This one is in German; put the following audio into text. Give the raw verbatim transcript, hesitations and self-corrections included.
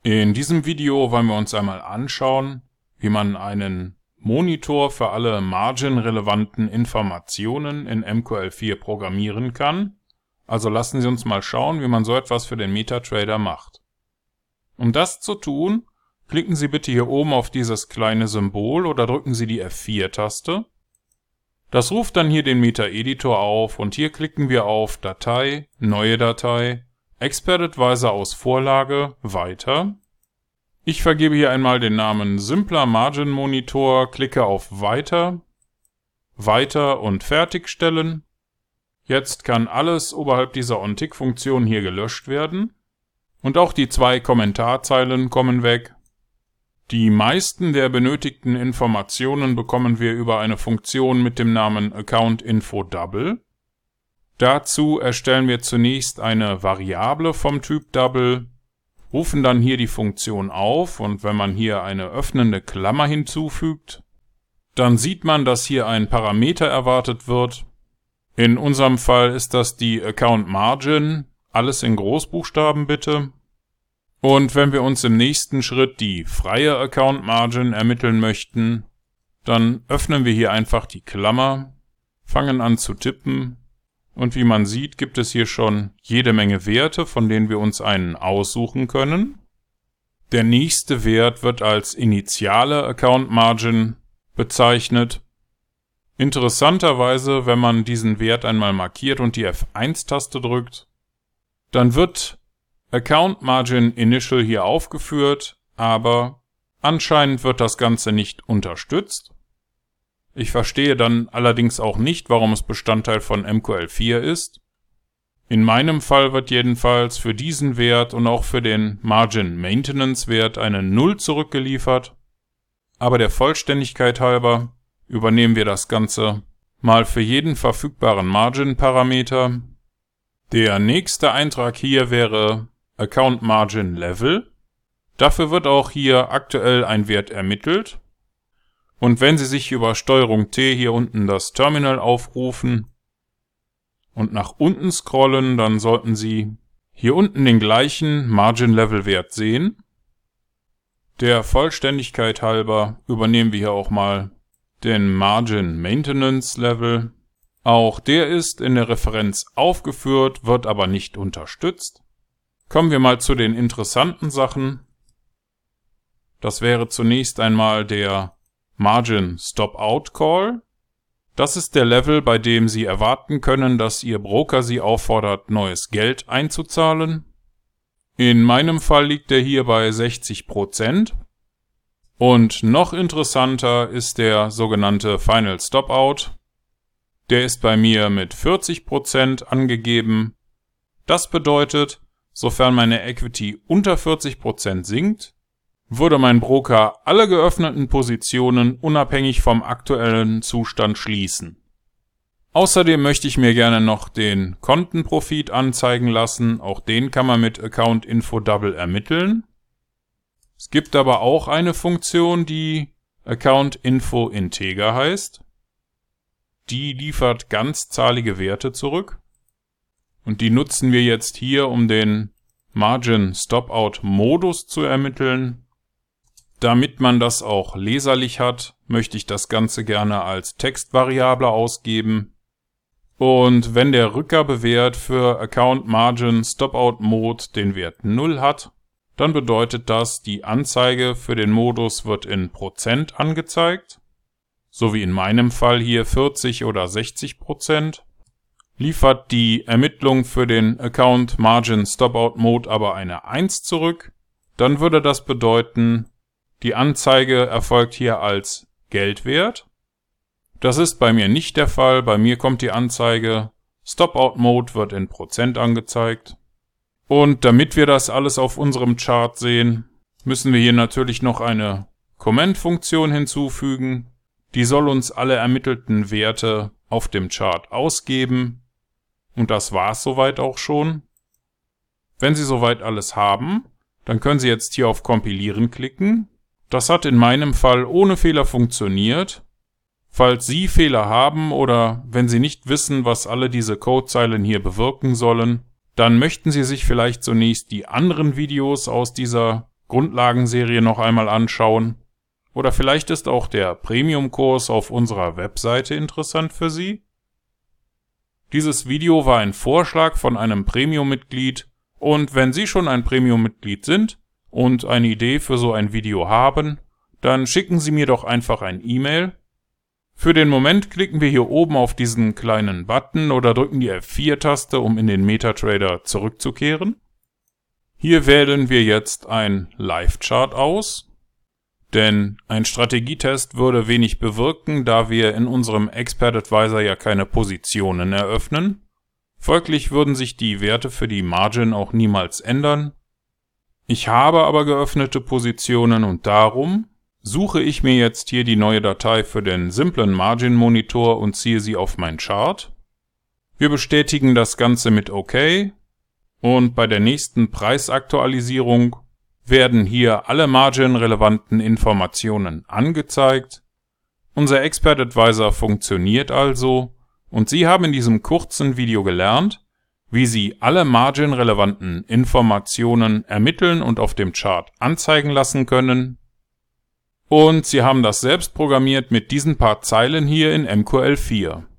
In diesem Video wollen wir uns einmal anschauen, wie man einen Monitor für alle margin-relevanten Informationen in M Q L vier programmieren kann. Also lassen Sie uns mal schauen, wie man so etwas für den MetaTrader macht. Um das zu tun, klicken Sie bitte hier oben auf dieses kleine Symbol oder drücken Sie die F vier Taste. Das ruft dann hier den Meta-Editor auf und hier klicken wir auf Datei, Neue Datei, Expert Advisor aus Vorlage, Weiter. Ich vergebe hier einmal den Namen Simpler Margin Monitor, klicke auf Weiter, Weiter und Fertigstellen. Jetzt kann alles oberhalb dieser OnTick-Funktion hier gelöscht werden. Und auch die zwei Kommentarzeilen kommen weg. Die meisten der benötigten Informationen bekommen wir über eine Funktion mit dem Namen AccountInfoDouble. Dazu erstellen wir zunächst eine Variable vom Typ Double, rufen dann hier die Funktion auf und wenn man hier eine öffnende Klammer hinzufügt, dann sieht man, dass hier ein Parameter erwartet wird. In unserem Fall ist das die Account Margin, alles in Großbuchstaben bitte. Und wenn wir uns im nächsten Schritt die freie Account Margin ermitteln möchten, dann öffnen wir hier einfach die Klammer, fangen an zu tippen und wie man sieht, gibt es hier schon jede Menge Werte, von denen wir uns einen aussuchen können. Der nächste Wert wird als initiale Account Margin bezeichnet. Interessanterweise, wenn man diesen Wert einmal markiert und die F eins Taste drückt, dann wird Account Margin Initial hier aufgeführt, aber anscheinend wird das Ganze nicht unterstützt. Ich verstehe dann allerdings auch nicht, warum es Bestandteil von M Q L vier ist. In meinem Fall wird jedenfalls für diesen Wert und auch für den Margin Maintenance Wert eine null zurückgeliefert. Aber der Vollständigkeit halber übernehmen wir das Ganze mal für jeden verfügbaren Margin-Parameter. Der nächste Eintrag hier wäre Account Margin Level. Dafür wird auch hier aktuell ein Wert ermittelt. Und wenn Sie sich über Steuerung T hier unten das Terminal aufrufen und nach unten scrollen, dann sollten Sie hier unten den gleichen Margin Level Wert sehen. Der Vollständigkeit halber übernehmen wir hier auch mal den Margin Maintenance Level. Auch der ist in der Referenz aufgeführt, wird aber nicht unterstützt. Kommen wir mal zu den interessanten Sachen. Das wäre zunächst einmal der Margin Stop Out Call. Das ist der Level, bei dem Sie erwarten können, dass Ihr Broker Sie auffordert, neues Geld einzuzahlen. In meinem Fall liegt er hier bei sechzig Prozent. Und noch interessanter ist der sogenannte Final Stop Out. Der ist bei mir mit vierzig Prozent angegeben. Das bedeutet, sofern meine Equity unter vierzig Prozent sinkt, würde mein Broker alle geöffneten Positionen unabhängig vom aktuellen Zustand schließen. Außerdem möchte ich mir gerne noch den Kontenprofit anzeigen lassen. Auch den kann man mit AccountInfoDouble ermitteln. Es gibt aber auch eine Funktion, die AccountInfoInteger heißt. Die liefert ganzzahlige Werte zurück. Und die nutzen wir jetzt hier, um den Margin Stop-Out Modus zu ermitteln. Damit man das auch leserlich hat, möchte ich das Ganze gerne als Textvariable ausgeben. Und wenn der Rückgabewert für Account Margin Stop-Out Mode den Wert null hat, dann bedeutet das, die Anzeige für den Modus wird in Prozent angezeigt, so wie in meinem Fall hier vierzig oder sechzig Prozent. Liefert die Ermittlung für den Account Margin Stop-Out Mode aber eine eins zurück, dann würde das bedeuten, die Anzeige erfolgt hier als Geldwert. Das ist bei mir nicht der Fall. Bei mir kommt die Anzeige Stop-Out Mode wird in Prozent angezeigt. Und damit wir das alles auf unserem Chart sehen, müssen wir hier natürlich noch eine Comment-Funktion hinzufügen. Die soll uns alle ermittelten Werte auf dem Chart ausgeben. Und das war's soweit auch schon. Wenn Sie soweit alles haben, dann können Sie jetzt hier auf Kompilieren klicken. Das hat in meinem Fall ohne Fehler funktioniert. Falls Sie Fehler haben oder wenn Sie nicht wissen, was alle diese Codezeilen hier bewirken sollen, dann möchten Sie sich vielleicht zunächst die anderen Videos aus dieser Grundlagenserie noch einmal anschauen. Oder vielleicht ist auch der Premium-Kurs auf unserer Webseite interessant für Sie. Dieses Video war ein Vorschlag von einem Premium-Mitglied und wenn Sie schon ein Premium-Mitglied sind und eine Idee für so ein Video haben, dann schicken Sie mir doch einfach ein E-Mail. Für den Moment klicken wir hier oben auf diesen kleinen Button oder drücken die F vier Taste, um in den MetaTrader zurückzukehren. Hier wählen wir jetzt ein Live-Chart aus, denn ein Strategietest würde wenig bewirken, da wir in unserem Expert Advisor ja keine Positionen eröffnen. Folglich würden sich die Werte für die Margin auch niemals ändern. Ich habe aber geöffnete Positionen und darum suche ich mir jetzt hier die neue Datei für den simplen Margin Monitor und ziehe sie auf mein Chart. Wir bestätigen das Ganze mit OK und bei der nächsten Preisaktualisierung werden hier alle Margin-relevanten Informationen angezeigt. Unser Expert Advisor funktioniert also und Sie haben in diesem kurzen Video gelernt, wie Sie alle Margin-relevanten Informationen ermitteln und auf dem Chart anzeigen lassen können. Und Sie haben das selbst programmiert mit diesen paar Zeilen hier in M Q L vier.